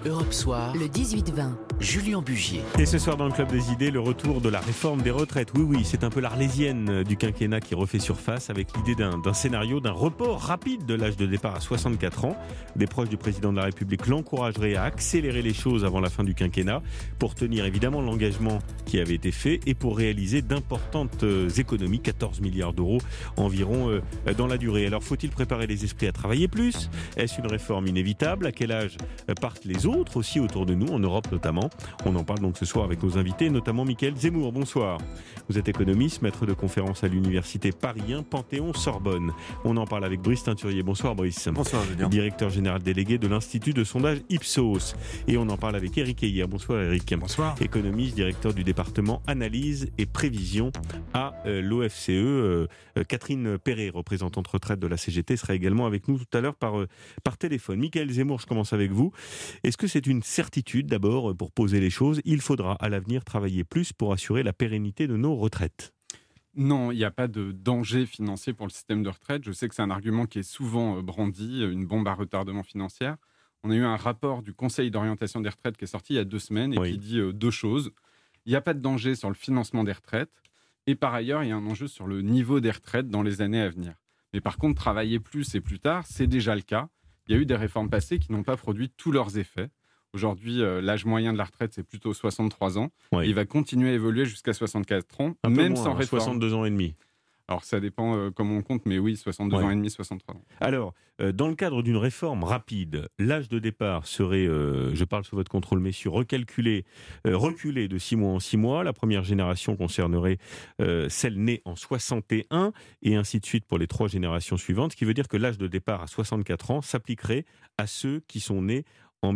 Europe Soir, le 18-20. Julien Bugier. Et ce soir dans le Club des Idées, le retour de la réforme des retraites. Oui, c'est un peu l'arlésienne du quinquennat qui refait surface avec l'idée d'un scénario, d'un report rapide de l'âge de départ à 64 ans. Des proches du président de la République l'encourageraient à accélérer les choses avant la fin du quinquennat pour tenir évidemment l'engagement qui avait été fait et pour réaliser d'importantes économies, 14 milliards d'euros environ dans la durée. Alors faut-il préparer les esprits à travailler plus ? Est-ce une réforme inévitable ? À quel âge partent les autres aussi autour de nous, en Europe notamment ? On en parle donc ce soir avec nos invités, notamment Mickaël Zemmour. Bonsoir. Vous êtes économiste, maître de conférences à l'université Paris 1, Panthéon-Sorbonne. On en parle avec Brice Teinturier. Bonsoir Brice. Bonsoir Julien. Directeur général délégué de l'Institut de sondage Ipsos. Et on en parle avec Éric Heyer. Bonsoir Éric. Bonsoir. Économiste, directeur du département Analyse et Prévision à l'OFCE. Catherine Perret, représentante retraite de la CGT, sera également avec nous tout à l'heure par téléphone. Mickaël Zemmour, je commence avec vous. Est-ce que c'est une certitude d'abord pour poser les choses ? Il faudra à l'avenir travailler plus pour assurer la pérennité de nos retraites. Non, il n'y a pas de danger financier pour le système de retraite. Je sais que c'est un argument qui est souvent brandi, une bombe à retardement financier. On a eu un rapport du Conseil d'orientation des retraites qui est sorti il y a 2 semaines et qui dit 2 choses. Il n'y a pas de danger sur le financement des retraites et par ailleurs, il y a un enjeu sur le niveau des retraites dans les années à venir. Mais par contre, travailler plus et plus tard, c'est déjà le cas. Il y a eu des réformes passées qui n'ont pas produit tous leurs effets. Aujourd'hui, l'âge moyen de la retraite, c'est plutôt 63 ans. Oui. Il va continuer à évoluer jusqu'à 64 ans, Même sans réforme. 62 ans et demi. Alors, ça dépend comment on compte, mais oui, 62 ans et demi, 63 ans. Alors, dans le cadre d'une réforme rapide, l'âge de départ serait, je parle sous votre contrôle, messieurs, reculé de 6 mois en 6 mois. La première génération concernerait celle née en 61 et ainsi de suite pour les 3 générations suivantes, ce qui veut dire que l'âge de départ à 64 ans s'appliquerait à ceux qui sont nés en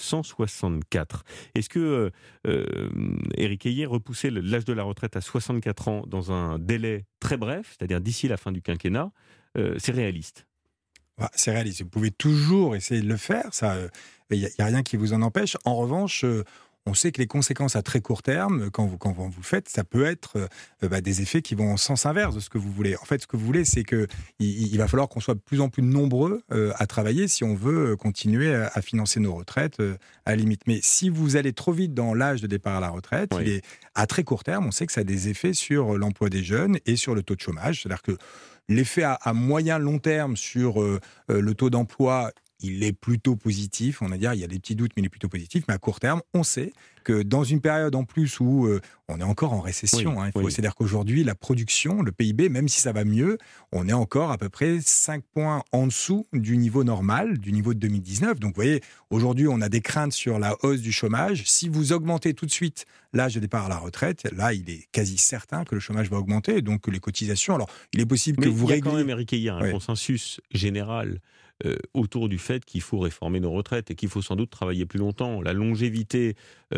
1964. Est-ce que Éric Heyer repoussait l'âge de la retraite à 64 ans dans un délai très bref, c'est-à-dire d'ici la fin du quinquennat, c'est réaliste ? C'est réaliste. Vous pouvez toujours essayer de le faire. Il n'y a rien qui vous en empêche. En revanche, on sait que les conséquences à très court terme, quand vous le faites, ça peut être des effets qui vont en sens inverse de ce que vous voulez. En fait, ce que vous voulez, c'est qu'il va falloir qu'on soit de plus en plus nombreux à travailler si on veut continuer à financer nos retraites à la limite. Mais si vous allez trop vite dans l'âge de départ à la retraite, il est à très court terme, on sait que ça a des effets sur l'emploi des jeunes et sur le taux de chômage. C'est-à-dire que l'effet à moyen-long terme sur le taux d'emploi, il est plutôt positif, on va dire, il y a des petits doutes, mais il est plutôt positif. Mais à court terme, on sait que dans une période en plus où on est encore en récession, c'est-à-dire qu'aujourd'hui, la production, le PIB, même si ça va mieux, on est encore à peu près 5 points en dessous du niveau normal, du niveau de 2019. Donc vous voyez, aujourd'hui, on a des craintes sur la hausse du chômage. Si vous augmentez tout de suite l'âge de départ à la retraite, là, il est quasi certain que le chômage va augmenter, donc que les cotisations... Alors, il est possible que vous régliez... Mais il y a quand même, Éric Heyer, un consensus général autour du fait qu'il faut réformer nos retraites et qu'il faut sans doute travailler plus longtemps. La longévité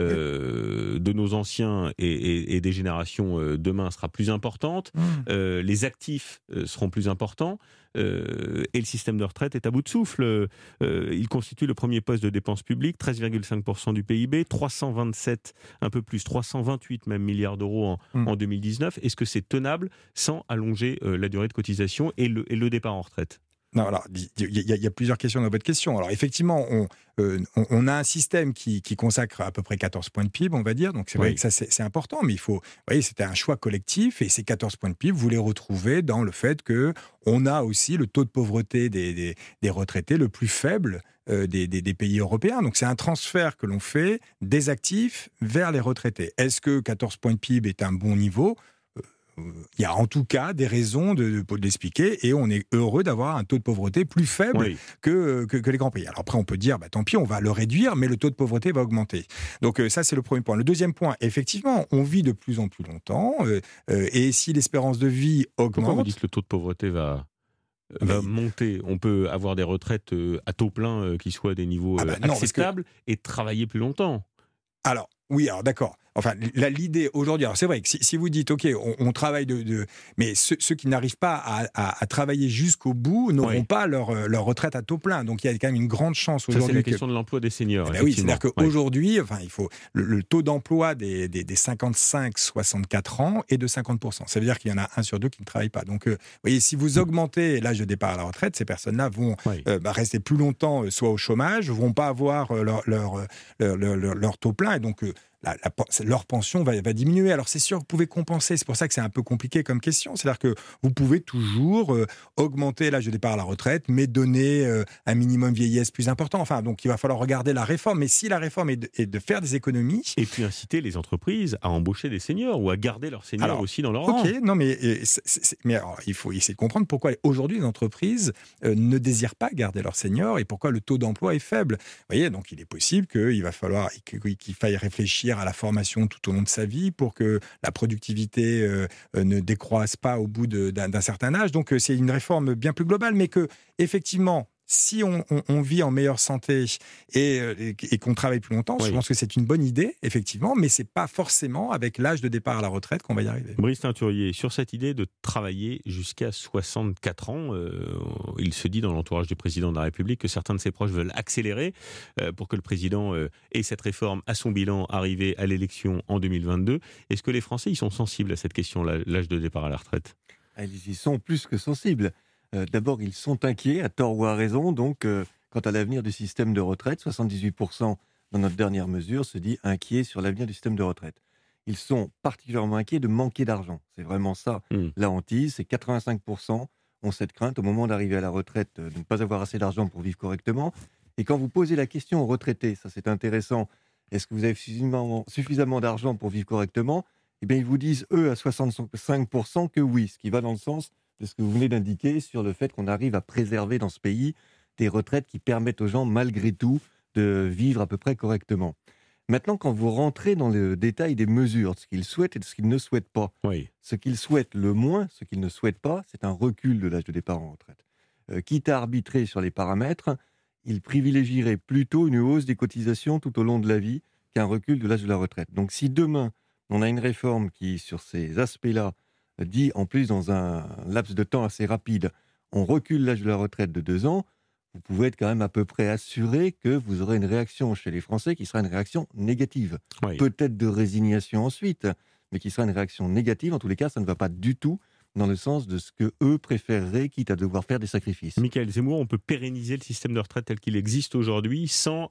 de nos anciens et des générations demain sera plus importante. Les actifs seront plus importants. Et le système de retraite est à bout de souffle. Il constitue le premier poste de dépenses publiques, 13,5% du PIB, 327, un peu plus, 328 même milliards d'euros en 2019. Est-ce que c'est tenable sans allonger la durée de cotisation et le départ en retraite ? Non, alors, il y a plusieurs questions dans votre question. Alors, effectivement, on a un système qui consacre à peu près 14 points de PIB, on va dire. Donc, c'est vrai que ça, c'est important, mais vous voyez, c'était un choix collectif. Et ces 14 points de PIB, vous les retrouvez dans le fait qu'on a aussi le taux de pauvreté des retraités le plus faible des pays européens. Donc, c'est un transfert que l'on fait des actifs vers les retraités. Est-ce que 14 points de PIB est un bon niveau ? Il y a en tout cas des raisons de l'expliquer et on est heureux d'avoir un taux de pauvreté plus faible que les grands pays. Alors après, on peut dire, tant pis, on va le réduire, mais le taux de pauvreté va augmenter. Donc ça, c'est le premier point. Le deuxième point, effectivement, on vit de plus en plus longtemps et si l'espérance de vie augmente... Pourquoi vous dites que le taux de pauvreté va monter? On peut avoir des retraites à taux plein qui soient à des niveaux acceptables et travailler plus longtemps. Alors, oui, alors d'accord. Enfin, l'idée aujourd'hui, alors c'est vrai que si vous dites, OK, on travaille mais ceux qui n'arrivent pas à travailler jusqu'au bout n'auront pas leur retraite à taux plein. Donc il y a quand même une grande chance aujourd'hui. Ça, c'est la question de l'emploi des seniors. Oui, c'est-à-dire qu'aujourd'hui, il faut le taux d'emploi des 55-64 ans est de 50%. Ça veut dire qu'il y en a 1 sur 2 qui ne travaille pas. Donc, vous voyez, si vous augmentez l'âge de départ à la retraite, ces personnes-là vont rester plus longtemps, soit au chômage, ne vont pas avoir leur taux plein. Et donc, leur pension va diminuer. Alors c'est sûr, vous pouvez compenser. C'est pour ça que c'est un peu compliqué comme question. C'est-à-dire que vous pouvez toujours augmenter l'âge de départ à la retraite, mais donner un minimum vieillesse plus important. Enfin, donc il va falloir regarder la réforme. Mais si la réforme est de faire des économies... Et puis inciter les entreprises à embaucher des seniors ou à garder leurs seniors aussi dans leur rang. Ok, non mais, mais alors, il faut essayer de comprendre pourquoi aujourd'hui les entreprises ne désirent pas garder leurs seniors et pourquoi le taux d'emploi est faible. Vous voyez, donc il est possible qu'il faille réfléchir à la formation tout au long de sa vie pour que la productivité ne décroisse pas au bout d'un certain âge. Donc c'est une réforme bien plus globale, mais que effectivement, si on vit en meilleure santé et qu'on travaille plus longtemps, je pense que c'est une bonne idée, effectivement, mais c'est pas forcément avec l'âge de départ à la retraite qu'on va y arriver. Brice Teinturier, sur cette idée de travailler jusqu'à 64 ans, il se dit dans l'entourage du président de la République que certains de ses proches veulent accélérer pour que le président ait cette réforme à son bilan arrivé à l'élection en 2022. Est-ce que les Français ils sont sensibles à cette question, l'âge de départ à la retraite ? Ils y sont plus que sensibles. D'abord, ils sont inquiets, à tort ou à raison, donc quant à l'avenir du système de retraite. 78% dans notre dernière mesure se dit inquiet sur l'avenir du système de retraite. Ils sont particulièrement inquiets de manquer d'argent. C'est vraiment ça la hantise. C'est 85% ont cette crainte au moment d'arriver à la retraite de ne pas avoir assez d'argent pour vivre correctement. Et quand vous posez la question aux retraités, ça c'est intéressant, est-ce que vous avez suffisamment d'argent pour vivre correctement ? Eh bien, ils vous disent, eux, à 65% que oui, ce qui va dans le sens de ce que vous venez d'indiquer sur le fait qu'on arrive à préserver dans ce pays des retraites qui permettent aux gens, malgré tout, de vivre à peu près correctement. Maintenant, quand vous rentrez dans le détail des mesures, de ce qu'ils souhaitent et de ce qu'ils ne souhaitent pas, ce qu'ils souhaitent le moins, ce qu'ils ne souhaitent pas, c'est un recul de l'âge de départ en retraite. Quitte à arbitrer sur les paramètres, ils privilégieraient plutôt une hausse des cotisations tout au long de la vie qu'un recul de l'âge de la retraite. Donc si demain, on a une réforme qui, sur ces aspects-là, dit en plus dans un laps de temps assez rapide, on recule l'âge de la retraite de 2 ans, vous pouvez être quand même à peu près assuré que vous aurez une réaction chez les Français qui sera une réaction négative. Peut-être de résignation ensuite, mais qui sera une réaction négative. En tous les cas, ça ne va pas du tout dans le sens de ce qu'eux préféreraient, quitte à devoir faire des sacrifices. Michaël Zemmour, on peut pérenniser le système de retraite tel qu'il existe aujourd'hui sans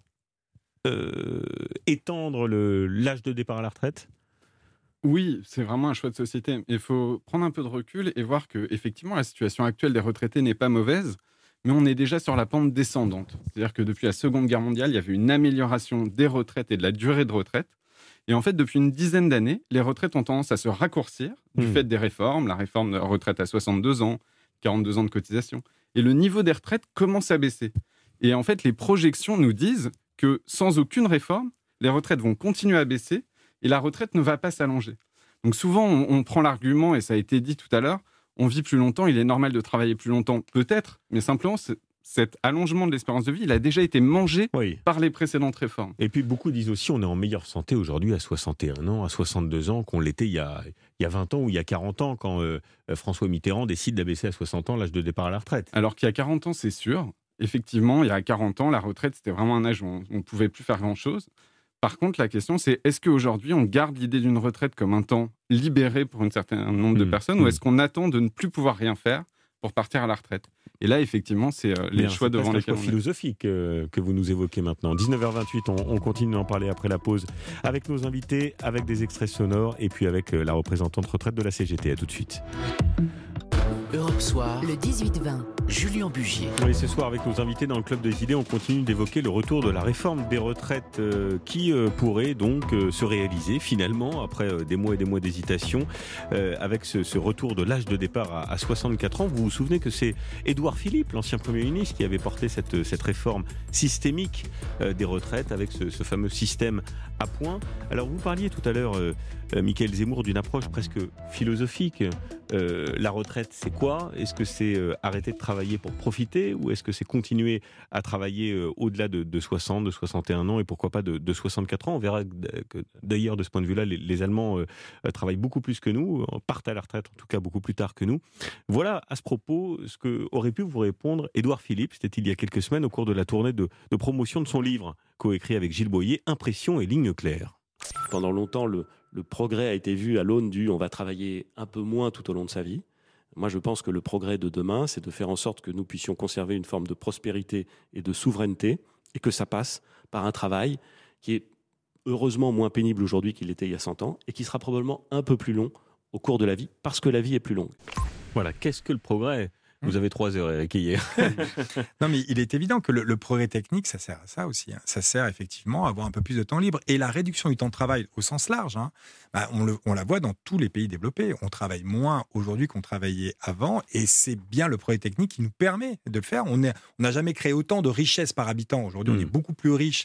étendre l'âge de départ à la retraite ? Oui, c'est vraiment un choix de société. Il faut prendre un peu de recul et voir que, effectivement, la situation actuelle des retraités n'est pas mauvaise, mais on est déjà sur la pente descendante. C'est-à-dire que depuis la Seconde Guerre mondiale, il y avait une amélioration des retraites et de la durée de retraite. Et en fait, depuis une dizaine d'années, les retraites ont tendance à se raccourcir du fait des réformes, la réforme de la retraite à 62 ans, 42 ans de cotisation. Et le niveau des retraites commence à baisser. Et en fait, les projections nous disent que sans aucune réforme, les retraites vont continuer à baisser et la retraite ne va pas s'allonger. Donc souvent, on prend l'argument, et ça a été dit tout à l'heure, on vit plus longtemps, il est normal de travailler plus longtemps, peut-être, mais simplement, cet allongement de l'espérance de vie, il a déjà été mangé par les précédentes réformes. Et puis beaucoup disent aussi, on est en meilleure santé aujourd'hui à 61 ans, à 62 ans, qu'on l'était il y a 20 ans ou il y a 40 ans, quand François Mitterrand décide d'abaisser à 60 ans l'âge de départ à la retraite. Alors qu'il y a 40 ans, c'est sûr. Effectivement, il y a 40 ans, la retraite, c'était vraiment un âge où on ne pouvait plus faire grand-chose. Par contre, la question, c'est est-ce qu'aujourd'hui, on garde l'idée d'une retraite comme un temps libéré pour un certain nombre de personnes ou est-ce qu'on attend de ne plus pouvoir rien faire pour partir à la retraite ? Et là, effectivement, c'est les choix devant lesquels on est. C'est philosophique que vous nous évoquez maintenant. 19h28, on continue d'en parler après la pause avec nos invités, avec des extraits sonores et puis avec la représentante retraite de la CGT. À tout de suite. Europe Soir, le 18-20. Julien Bugier. Oui, ce soir, avec nos invités dans le Club des Idées, on continue d'évoquer le retour de la réforme des retraites qui pourrait donc se réaliser finalement après des mois et des mois d'hésitation avec ce retour de l'âge de départ à 64 ans. Vous vous souvenez que c'est Édouard Philippe, l'ancien Premier ministre, qui avait porté cette réforme systémique des retraites avec ce fameux système à points. Alors vous parliez tout à l'heure, Michaël Zemmour, d'une approche presque philosophique La retraite, c'est quoi ? Est-ce que c'est arrêter de travailler pour profiter ou est-ce que c'est continuer à travailler au-delà de 60, de 61 ans et pourquoi pas de 64 ans ? On verra que d'ailleurs, de ce point de vue-là, les Allemands travaillent beaucoup plus que nous, partent à la retraite en tout cas beaucoup plus tard que nous. Voilà à ce propos ce que aurait pu vous répondre Édouard Philippe, c'était il y a quelques semaines au cours de la tournée de promotion de son livre, coécrit avec Gilles Boyer, Impression et lignes claires. Pendant longtemps, le progrès a été vu à l'aune du « on va travailler un peu moins tout au long de sa vie ». Moi, je pense que le progrès de demain, c'est de faire en sorte que nous puissions conserver une forme de prospérité et de souveraineté, et que ça passe par un travail qui est heureusement moins pénible aujourd'hui qu'il l'était il y a 100 ans, et qui sera probablement un peu plus long au cours de la vie, parce que la vie est plus longue. Voilà, qu'est-ce que le progrès ? Vous avez 3 heures, Eric, hier. Non, mais il est évident que le progrès technique, ça sert à ça aussi. Ça sert effectivement à avoir un peu plus de temps libre. Et la réduction du temps de travail au sens large, on la voit dans tous les pays développés. On travaille moins aujourd'hui qu'on travaillait avant. Et c'est bien le progrès technique qui nous permet de le faire. On n'a jamais créé autant de richesses par habitant. Aujourd'hui, on est beaucoup plus riche,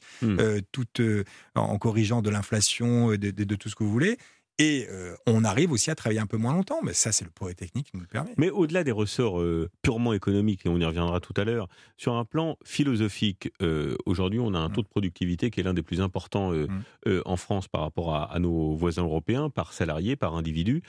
en corrigeant de l'inflation, de tout ce que vous voulez. Et on arrive aussi à travailler un peu moins longtemps, mais ça, c'est le progrès technique qui nous le permet. Mais au-delà des ressorts purement économiques, et on y reviendra tout à l'heure, sur un plan philosophique, aujourd'hui, on a un taux de productivité qui est l'un des plus importants en France par rapport à nos voisins européens, par salarié, par individu.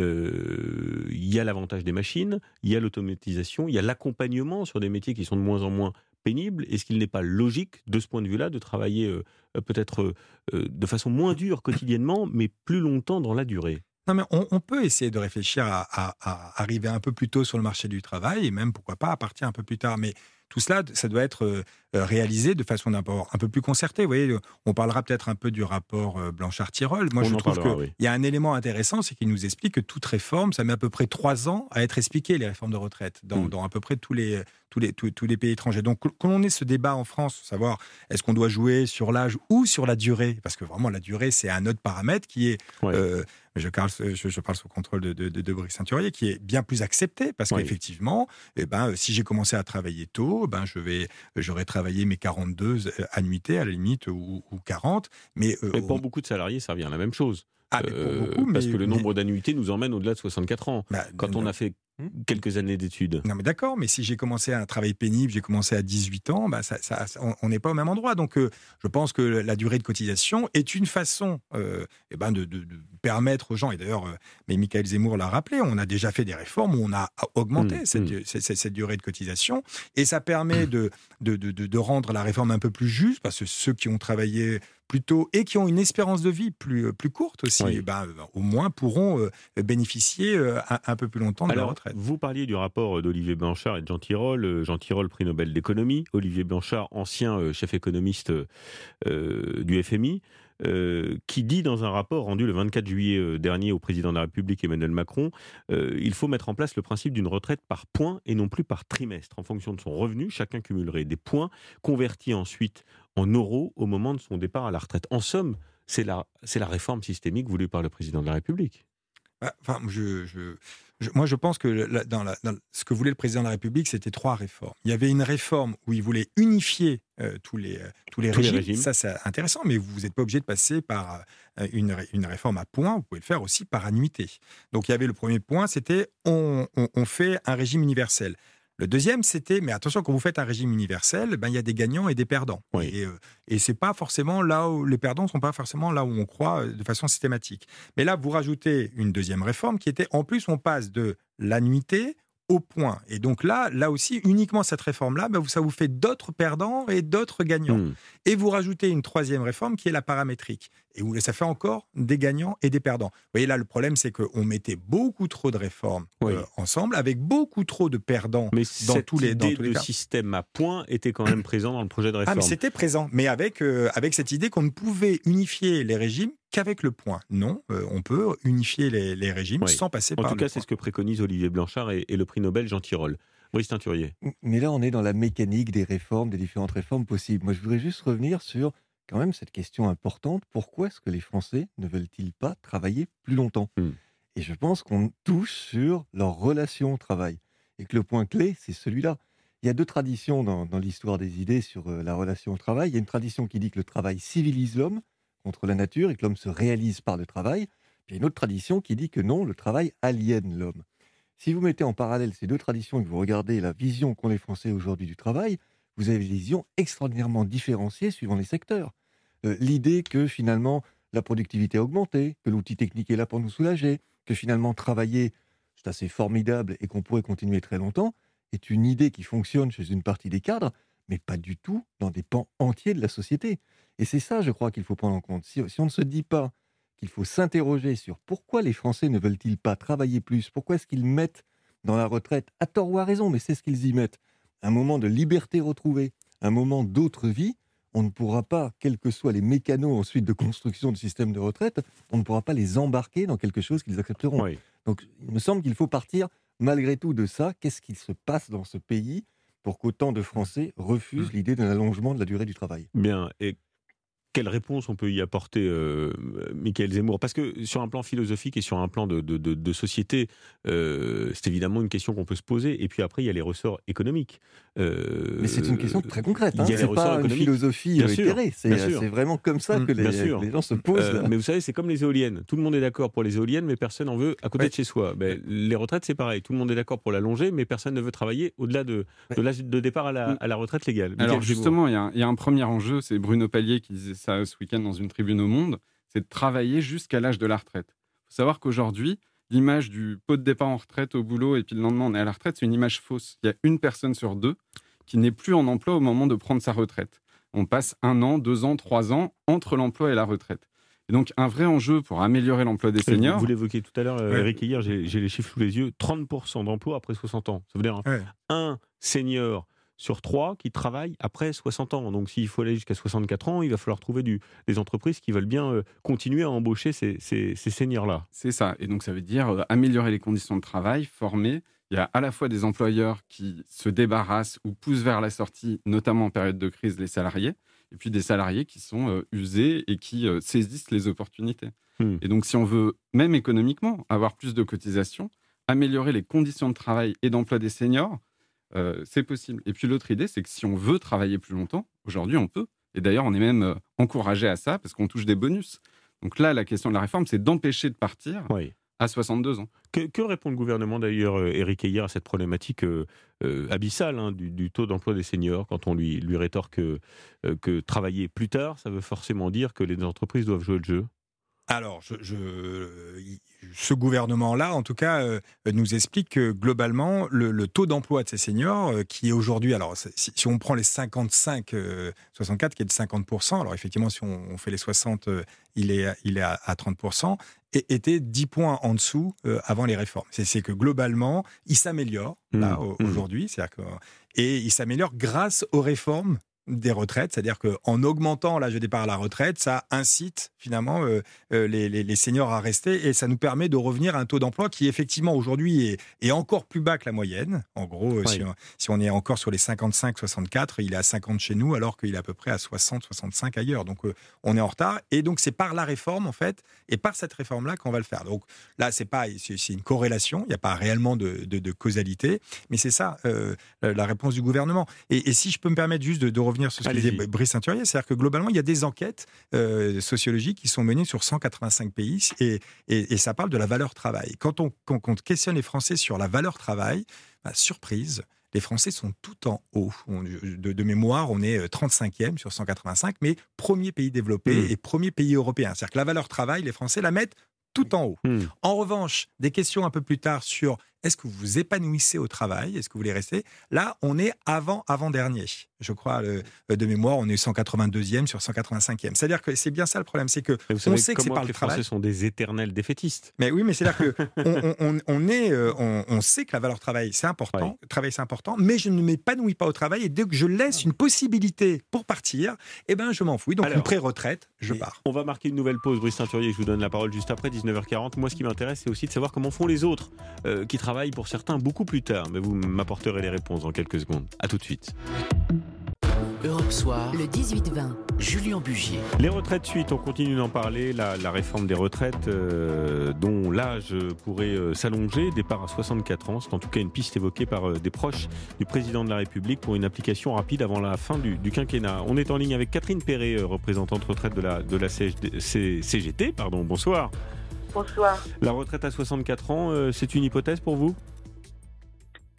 Il y a l'avantage des machines, il y a l'automatisation, il y a l'accompagnement sur des métiers qui sont de moins en moins pénible. Est-ce qu'il n'est pas logique, de ce point de vue-là, de travailler peut-être de façon moins dure quotidiennement, mais plus longtemps dans la durée ? Non, mais on peut essayer de réfléchir à arriver un peu plus tôt sur le marché du travail, et même, pourquoi pas, à partir un peu plus tard. Mais tout cela, ça doit être réalisé de façon un peu plus concertée. Vous voyez, on parlera peut-être un peu du rapport Blanchard-Tirole. Moi, je trouve qu'il y a un élément intéressant, c'est qu'il nous explique que toute réforme, ça met à peu près 3 ans à être expliqué, les réformes de retraite, dans à peu près tous les pays étrangers. Donc, quand on ait ce débat en France, savoir est-ce qu'on doit jouer sur l'âge ou sur la durée, parce que vraiment, la durée, c'est un autre paramètre qui est... Je parle sous contrôle de Brice Ceinturier, qui est bien plus accepté, parce qu'effectivement, si j'ai commencé à travailler tôt, j'aurais travaillé mes 42 annuités, à la limite, ou 40. Mais pour beaucoup de salariés, ça revient à la même chose. Mais pour beaucoup, parce que le nombre d'annuités nous emmène au-delà de 64 ans. Quand on a fait quelques années d'études. Non, mais d'accord, mais si j'ai commencé un travail pénible, j'ai commencé à 18 ans, on n'est pas au même endroit. Donc, je pense que la durée de cotisation est une façon de permettre aux gens, et d'ailleurs, mais Michael Zemmour l'a rappelé, on a déjà fait des réformes où on a augmenté cette durée de cotisation, et ça permet de rendre la réforme un peu plus juste, parce que ceux qui ont travaillé plus tôt et qui ont une espérance de vie plus courte aussi, au moins pourront bénéficier un peu plus longtemps de leur retraite. Vous parliez du rapport d'Olivier Blanchard et de Jean Tirole. Jean Tirole, prix Nobel d'économie. Olivier Blanchard, ancien chef économiste du FMI, qui dit dans un rapport rendu le 24 juillet dernier au président de la République Emmanuel Macron, il faut mettre en place le principe d'une retraite par points et non plus par trimestre. En fonction de son revenu, chacun cumulerait des points convertis ensuite en euros au moment de son départ à la retraite. En somme, c'est la réforme systémique voulue par le président de la République. Moi, je pense que dans ce que voulait le président de la République, c'était 3 réformes. Il y avait une réforme où il voulait unifier tous les régimes. Ça, c'est intéressant, mais vous n'êtes pas obligé de passer par une réforme à points. Vous pouvez le faire aussi par annuité. Donc, il y avait le premier point, c'était on fait un régime universel. Le deuxième, c'était, mais attention, quand vous faites un régime universel, il y a des gagnants et des perdants. Oui. Et c'est pas forcément là où les perdants ne sont pas forcément là où on croit de façon systématique. Mais là, vous rajoutez une deuxième réforme qui était, en plus, on passe de l'annuité au point. Et donc là aussi, uniquement cette réforme-là, ça vous fait d'autres perdants et d'autres gagnants. Et vous rajoutez une troisième réforme qui est la paramétrique. Et où ça fait encore des gagnants et des perdants. Vous voyez, là, le problème, c'est qu'on mettait beaucoup trop de réformes ensemble, avec beaucoup trop de perdants dans tous les cas. Mais cette idée de système à points était quand même présent dans le projet de réforme. Mais c'était présent, mais avec cette idée qu'on ne pouvait unifier les régimes qu'avec le point. Non, on peut unifier les régimes sans passer par le point. En tout cas, c'est ce que préconise Olivier Blanchard et le prix Nobel Jean Tirole. Brice Ceinturier. Mais là, on est dans la mécanique des réformes, des différentes réformes possibles. Moi, je voudrais juste revenir sur quand même cette question importante. Pourquoi est-ce que les Français ne veulent-ils pas travailler plus longtemps ? Et je pense qu'on touche sur leur relation au travail. Et que le point clé, c'est celui-là. Il y a 2 traditions dans l'histoire des idées sur la relation au travail. Il y a une tradition qui dit que le travail civilise l'homme contre la nature et que l'homme se réalise par le travail. Puis il y a une autre tradition qui dit que non, le travail aliène l'homme. Si vous mettez en parallèle ces deux traditions et que vous regardez la vision qu'ont les Français aujourd'hui du travail, vous avez des visions extraordinairement différenciées suivant les secteurs. L'idée que finalement la productivité a augmenté, que l'outil technique est là pour nous soulager, que finalement travailler c'est assez formidable et qu'on pourrait continuer très longtemps, est une idée qui fonctionne chez une partie des cadres, mais pas du tout dans des pans entiers de la société. Et c'est ça, je crois, qu'il faut prendre en compte. Si on ne se dit pas qu'il faut s'interroger sur pourquoi les Français ne veulent-ils pas travailler plus, pourquoi est-ce qu'ils mettent dans la retraite, à tort ou à raison, mais c'est ce qu'ils y mettent, un moment de liberté retrouvée, un moment d'autre vie, on ne pourra pas, quels que soient les mécanos ensuite de construction de système de retraite, on ne pourra pas les embarquer dans quelque chose qu'ils accepteront. Oui. Donc il me semble qu'il faut partir malgré tout de ça. Qu'est-ce qui se passe dans ce pays pour qu'autant de Français refusent l'idée d'un allongement de la durée du travail ? Bien, et quelle réponse on peut y apporter, Mickaël Zemmour ? Parce que sur un plan philosophique et sur un plan de société, c'est évidemment une question qu'on peut se poser. Et puis après, il y a les ressorts économiques. Mais c'est une question très concrète. Il y a les C'est ressorts pas une économiques. philosophie Bien sûr, éthérée. bien sûr. C'est vraiment comme ça que les gens se posent. Là. Mais vous savez, c'est comme les éoliennes. Tout le monde est d'accord pour les éoliennes, mais personne n'en veut à côté de chez soi. Ben, les retraites, c'est pareil. Tout le monde est d'accord pour l'allonger, mais personne ne veut travailler au-delà de l'âge de départ à la retraite légale. Alors justement, il y a un premier enjeu, c'est Bruno Palier qui disait ça ce week-end dans une tribune au Monde, c'est de travailler jusqu'à l'âge de la retraite. Il faut savoir qu'aujourd'hui, l'image du pot de départ en retraite au boulot et puis le lendemain on est à la retraite, c'est une image fausse. Il y a une personne sur deux qui n'est plus en emploi au moment de prendre sa retraite. On passe 1 an, 2 ans, 3 ans entre l'emploi et la retraite. Et donc un vrai enjeu pour améliorer l'emploi des seniors. Vous l'évoquiez tout à l'heure, Eric, hier, j'ai les chiffres sous les yeux, 30% d'emploi après 60 ans. Ça veut dire un senior sur 3 qui travaillent après 60 ans. Donc s'il faut aller jusqu'à 64 ans, il va falloir trouver des entreprises qui veulent bien continuer à embaucher ces seniors-là. C'est ça. Et donc ça veut dire améliorer les conditions de travail, former. Il y a à la fois des employeurs qui se débarrassent ou poussent vers la sortie, notamment en période de crise, les salariés, et puis des salariés qui sont usés et qui saisissent les opportunités. Et donc si on veut, même économiquement, avoir plus de cotisations, améliorer les conditions de travail et d'emploi des seniors, c'est possible. Et puis l'autre idée, c'est que si on veut travailler plus longtemps, aujourd'hui on peut. Et d'ailleurs, on est même encouragé à ça parce qu'on touche des bonus. Donc là, la question de la réforme, c'est d'empêcher de partir à 62 ans. Que répond le gouvernement d'ailleurs, Éric Heyer, à cette problématique abyssale du taux d'emploi des seniors quand on lui rétorque que travailler plus tard, ça veut forcément dire que les entreprises doivent jouer le jeu ? Alors, ce gouvernement-là, en tout cas, nous explique que globalement, le taux d'emploi de ces seniors, qui est aujourd'hui, alors si on prend les 55-64, qui est de 50%, alors effectivement, si on fait les 60, il est à 30%, était 10 points en dessous avant les réformes. C'est que globalement, il s'améliore là, aujourd'hui, et il s'améliore grâce aux réformes des retraites, c'est-à-dire qu'en augmentant l'âge de départ à la retraite, ça incite finalement les seniors à rester et ça nous permet de revenir à un taux d'emploi qui effectivement aujourd'hui est encore plus bas que la moyenne. En gros, si on est encore sur les 55-64, il est à 50 chez nous alors qu'il est à peu près à 60-65 ailleurs. Donc on est en retard et donc c'est par la réforme en fait et par cette réforme-là qu'on va le faire. Donc là, c'est une corrélation, il n'y a pas réellement de causalité, mais c'est ça la réponse du gouvernement. Et si je peux me permettre juste de revenir sur ce que disait Brice Ceinturier, c'est-à-dire que globalement, il y a des enquêtes sociologiques qui sont menées sur 185 pays et ça parle de la valeur travail. Quand on questionne les Français sur la valeur travail, surprise, les Français sont tout en haut. De mémoire, on est 35e sur 185, mais premier pays développé et premier pays européen. C'est-à-dire que la valeur travail, les Français la mettent tout en haut. En revanche, des questions un peu plus tard sur est-ce que vous vous épanouissez au travail, est-ce que vous voulez rester ? Là, on est avant-dernier. Je crois, de mémoire, on est 182e sur 185e. C'est-à-dire que c'est bien ça le problème, c'est que on sait que c'est par le travail. Les Français sont des éternels défaitistes. Mais oui, mais c'est-à-dire que on sait que la valeur travail, c'est important, travail c'est important, mais je ne m'épanouis pas au travail et dès que je laisse une possibilité pour partir, je m'en fous. Donc alors, une pré-retraite, je pars. On va marquer une nouvelle pause, Brice Ceinturier, je vous donne la parole juste après, 19h40. Moi, ce qui m'intéresse, c'est aussi de savoir comment font les autres qui travaillent pour certains beaucoup plus tard. Mais vous m'apporterez les réponses dans quelques secondes. À tout de suite. Europe Soir, le 18-20. Julien Bugier. Les retraites suite, on continue d'en parler. La réforme des retraites, dont l'âge pourrait s'allonger, départ à 64 ans. C'est en tout cas une piste évoquée par des proches du président de la République pour une application rapide avant la fin du quinquennat. On est en ligne avec Catherine Perret, représentante retraite de la CGT. Bonsoir. Bonsoir. La retraite à 64 ans, c'est une hypothèse pour vous ?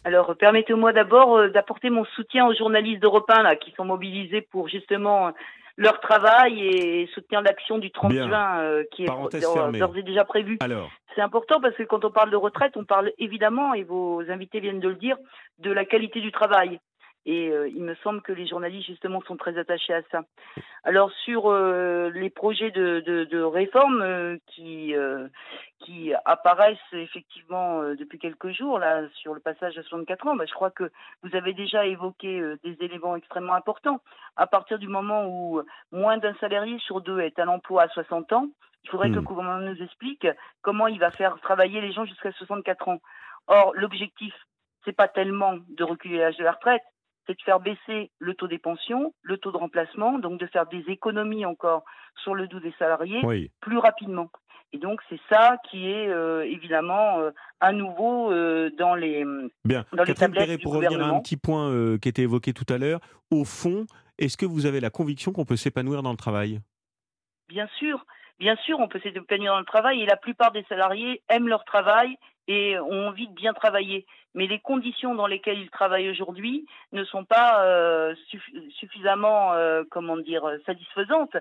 Alors, permettez-moi d'abord d'apporter mon soutien aux journalistes d'Europe 1 là, qui sont mobilisés pour justement leur travail et soutenir l'action du 30 Bien. juin qui est Parenthèse fermée. d'ores et déjà prévue. Alors, C'est important parce que quand on parle de retraite, on parle évidemment, et vos invités viennent de le dire, de la qualité du travail. Et il me semble que les journalistes, justement, sont très attachés à ça. Alors, sur les projets de réforme qui apparaissent effectivement depuis quelques jours, là, sur le passage à 64 ans, je crois que vous avez déjà évoqué des éléments extrêmement importants. À partir du moment où moins d'un salarié sur deux est à l'emploi à 60 ans, il faudrait que le gouvernement nous explique comment il va faire travailler les gens jusqu'à 64 ans. Or, l'objectif, c'est pas tellement de reculer l'âge de la retraite, c'est de faire baisser le taux des pensions, le taux de remplacement, donc de faire des économies encore sur le dos des salariés plus rapidement. Et donc, c'est ça qui est évidemment à nouveau dans les Catherine tablettes Perret, du pour revenir à gouvernement. un petit point qui était évoqué tout à l'heure, au fond, est-ce que vous avez la conviction qu'on peut s'épanouir dans le travail ? Bien sûr, on peut s'épanouir dans le travail et la plupart des salariés aiment leur travail et ont envie de bien travailler. Mais les conditions dans lesquelles ils travaillent aujourd'hui ne sont pas suffisamment, satisfaisantes.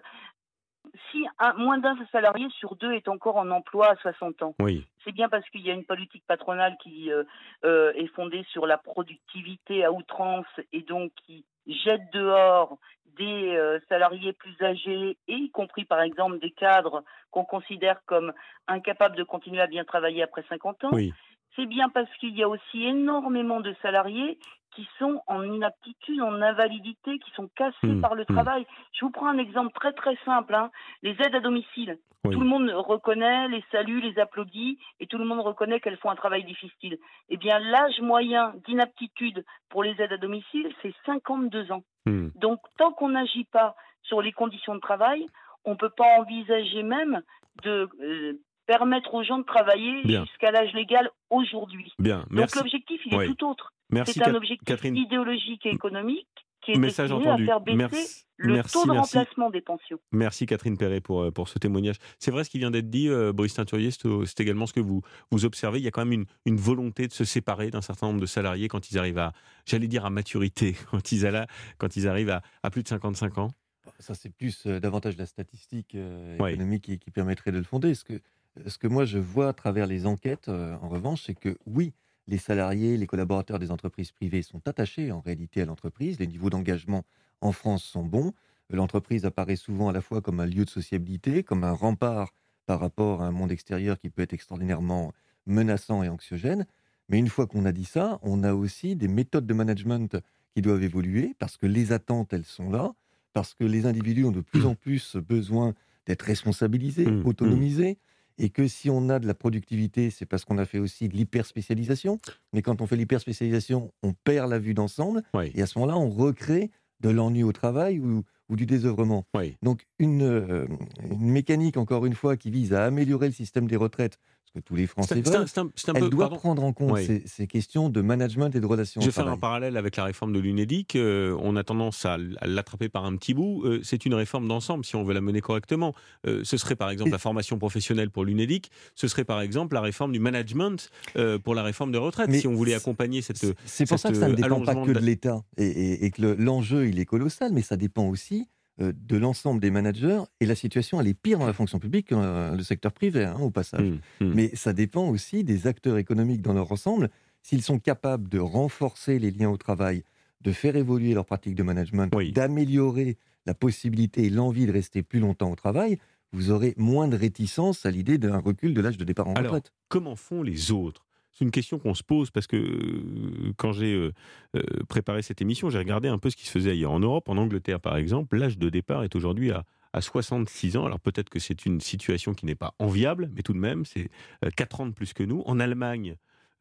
Si moins d'un salarié sur deux est encore en emploi à 60 ans, c'est bien parce qu'il y a une politique patronale qui est fondée sur la productivité à outrance et donc qui jette dehors des salariés plus âgés, et y compris par exemple des cadres qu'on considère comme incapables de continuer à bien travailler après 50 ans. C'est bien parce qu'il y a aussi énormément de salariés qui sont en inaptitude, en invalidité, qui sont cassés par le travail. Je vous prends un exemple très très simple, les aides à domicile. Tout le monde reconnaît, les salue, les applaudit, et tout le monde reconnaît qu'elles font un travail difficile. Eh bien, l'âge moyen d'inaptitude pour les aides à domicile, c'est 52 ans. Donc, tant qu'on n'agit pas sur les conditions de travail, on ne peut pas envisager même de permettre aux gens de travailler jusqu'à l'âge légal aujourd'hui. Donc, l'objectif, il est tout autre. C'est un objectif idéologique et économique qui est destiné à faire baisser le taux de remplacement des pensions. Merci Catherine Perret pour ce témoignage. C'est vrai ce qui vient d'être dit, Brice Teinturier, c'est également ce que vous observez. Il y a quand même une volonté de se séparer d'un certain nombre de salariés quand ils arrivent à maturité, quand ils arrivent à plus de 55 ans. Ça, c'est plus davantage la statistique économique qui permettrait de le fonder. Ce que moi, je vois à travers les enquêtes, en revanche, c'est que oui, les salariés, les collaborateurs des entreprises privées sont attachés en réalité à l'entreprise. Les niveaux d'engagement en France sont bons. L'entreprise apparaît souvent à la fois comme un lieu de sociabilité, comme un rempart par rapport à un monde extérieur qui peut être extraordinairement menaçant et anxiogène. Mais une fois qu'on a dit ça, on a aussi des méthodes de management qui doivent évoluer parce que les attentes, elles sont là, parce que les individus ont de plus en plus besoin d'être responsabilisés, autonomisés. Et que si on a de la productivité, c'est parce qu'on a fait aussi de l'hyperspécialisation. Mais quand on fait l'hyperspécialisation, on perd la vue d'ensemble. Et à ce moment-là, on recrée de l'ennui au travail ou du désœuvrement. Donc, une mécanique, encore une fois, qui vise à améliorer le système des retraites, ce que tous les Français veulent, elle doit prendre en compte ces questions de management et de relations au travail. Je vais faire un parallèle avec la réforme de l'UNEDIC. On a tendance à l'attraper par un petit bout. C'est une réforme d'ensemble, si on veut la mener correctement. Ce serait par exemple la formation professionnelle pour l'UNEDIC. Ce serait par exemple la réforme du management pour la réforme des retraites, si on voulait accompagner cette C'est pour ça que ça ne dépend pas que de l'État et que l'enjeu, il est colossal, mais ça dépend aussi de l'ensemble des managers, et la situation elle est pire dans la fonction publique que dans le secteur privé, au passage. Mais ça dépend aussi des acteurs économiques dans leur ensemble, s'ils sont capables de renforcer les liens au travail, de faire évoluer leurs pratiques de management, d'améliorer la possibilité et l'envie de rester plus longtemps au travail, vous aurez moins de réticence à l'idée d'un recul de l'âge de départ en retraite. Alors, comment font les autres ? C'est une question qu'on se pose parce que quand j'ai préparé cette émission, j'ai regardé un peu ce qui se faisait ailleurs. En Europe, en Angleterre par exemple, l'âge de départ est aujourd'hui à 66 ans. Alors peut-être que c'est une situation qui n'est pas enviable, mais tout de même, c'est 4 ans de plus que nous. En Allemagne,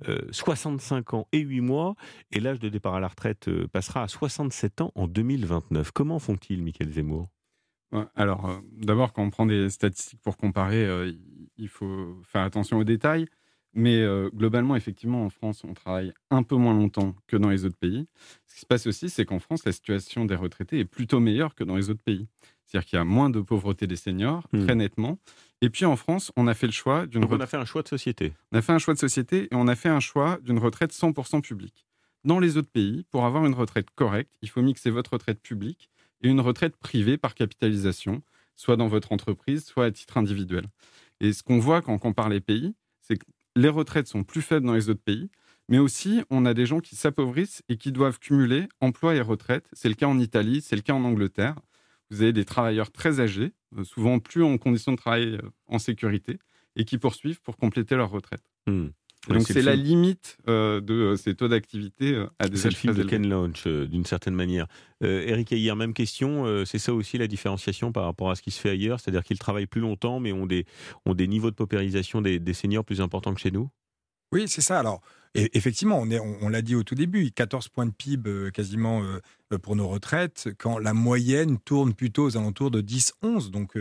65 ans et 8 mois, et l'âge de départ à la retraite passera à 67 ans en 2029. Comment font-ils, Mickaël Zemmour ? Alors, d'abord, quand on prend des statistiques pour comparer, il faut faire attention aux détails. Mais globalement, effectivement, en France, on travaille un peu moins longtemps que dans les autres pays. Ce qui se passe aussi, c'est qu'en France, la situation des retraités est plutôt meilleure que dans les autres pays. C'est-à-dire qu'il y a moins de pauvreté des seniors, très nettement. Et puis en France, on a fait le choix d'une on a fait un choix de société. On a fait un choix de société et on a fait un choix d'une retraite 100% publique. Dans les autres pays, pour avoir une retraite correcte, il faut mixer votre retraite publique et une retraite privée par capitalisation, soit dans votre entreprise, soit à titre individuel. Et ce qu'on voit quand on compare les pays, c'est que les retraites sont plus faibles dans les autres pays, mais aussi on a des gens qui s'appauvrissent et qui doivent cumuler emploi et retraite. C'est le cas en Italie, c'est le cas en Angleterre. Vous avez des travailleurs très âgés, souvent plus en conditions de travail en sécurité, et qui poursuivent pour compléter leur retraite. Donc c'est la limite de ces taux d'activité à des âges très élevés. C'est le film de Ken Loach, d'une certaine manière. Éric Ayir, même question, c'est ça aussi la différenciation par rapport à ce qui se fait ailleurs, c'est-à-dire qu'ils travaillent plus longtemps mais ont des niveaux de paupérisation des seniors plus importants que chez nous? Oui, c'est ça. Alors, effectivement, on l'a dit au tout début, 14 points de PIB quasiment pour nos retraites, quand la moyenne tourne plutôt aux alentours de 10-11. Donc,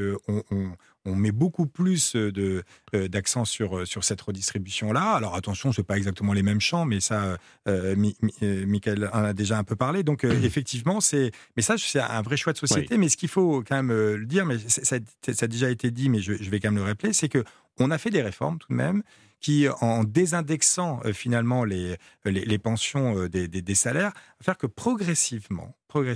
on met beaucoup plus d'accent sur cette redistribution-là. Alors, attention, ce n'est pas exactement les mêmes champs, mais ça, Michael en a déjà un peu parlé. Donc, effectivement, mais ça, c'est un vrai choix de société. Oui. Mais ce qu'il faut quand même le dire, mais ça a déjà été dit, mais je vais quand même le rappeler, c'est qu'on a fait des réformes tout de même, qui, en désindexant finalement les pensions des salaires, va faire que progressivement,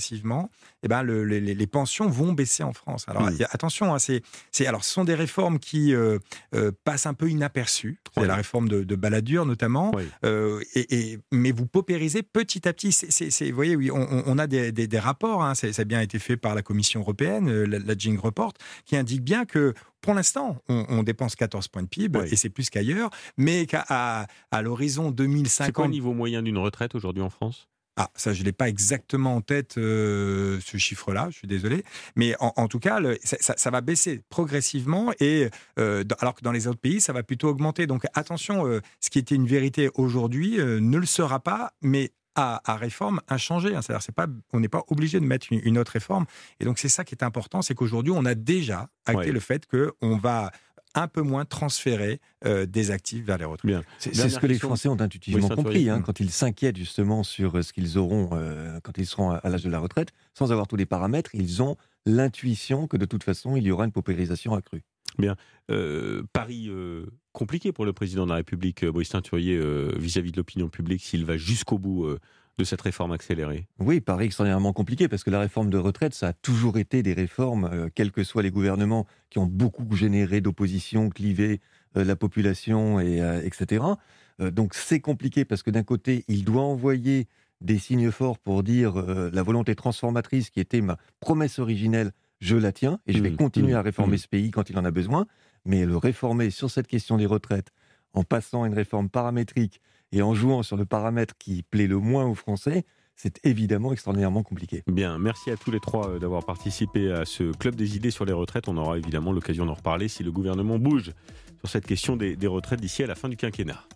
eh ben, les pensions vont baisser en France. Alors attention, hein, alors, ce sont des réformes qui passent un peu inaperçues. C'est la réforme de Balladur notamment, mais vous paupérisez petit à petit. Vous voyez, oui, on a des rapports, hein, ça a bien été fait par la Commission européenne, la Jing Report, qui indique bien que pour l'instant, on dépense 14 points de PIB, et c'est plus qu'ailleurs, mais qu'à l'horizon 2050... C'est quoi le niveau moyen d'une retraite aujourd'hui en France ? Ah, ça, je ne l'ai pas exactement en tête, ce chiffre-là, je suis désolé. Mais en tout cas, ça va baisser progressivement, alors que dans les autres pays, ça va plutôt augmenter. Donc attention, ce qui était une vérité aujourd'hui ne le sera pas, mais à réforme inchangée. Hein. C'est-à-dire, on n'est pas obligé de mettre une autre réforme. Et donc, c'est ça qui est important, c'est qu'aujourd'hui, on a déjà acté le fait qu'on va un peu moins transférer des actifs vers les retraites. Bien. C'est ce que les Français ont intuitivement compris, hein, quand ils s'inquiètent justement sur ce qu'ils auront quand ils seront à l'âge de la retraite. Sans avoir tous les paramètres, ils ont l'intuition que de toute façon, il y aura une paupérisation accrue. Bien. Pari compliqué pour le président de la République, Brice Teinturier, vis-à-vis de l'opinion publique, s'il va jusqu'au bout de cette réforme accélérée. Oui, pari extraordinairement compliqué, parce que la réforme de retraite, ça a toujours été des réformes, quels que soient les gouvernements, qui ont beaucoup généré d'opposition, clivé la population, etc. Donc c'est compliqué, parce que d'un côté, il doit envoyer des signes forts pour dire la volonté transformatrice qui était ma promesse originelle, je la tiens, et je vais continuer à réformer ce pays quand il en a besoin, mais le réformer sur cette question des retraites, en passant à une réforme paramétrique et en jouant sur le paramètre qui plaît le moins aux Français, c'est évidemment extraordinairement compliqué. Bien, merci à tous les trois d'avoir participé à ce Club des idées sur les retraites. On aura évidemment l'occasion d'en reparler si le gouvernement bouge sur cette question des retraites d'ici à la fin du quinquennat.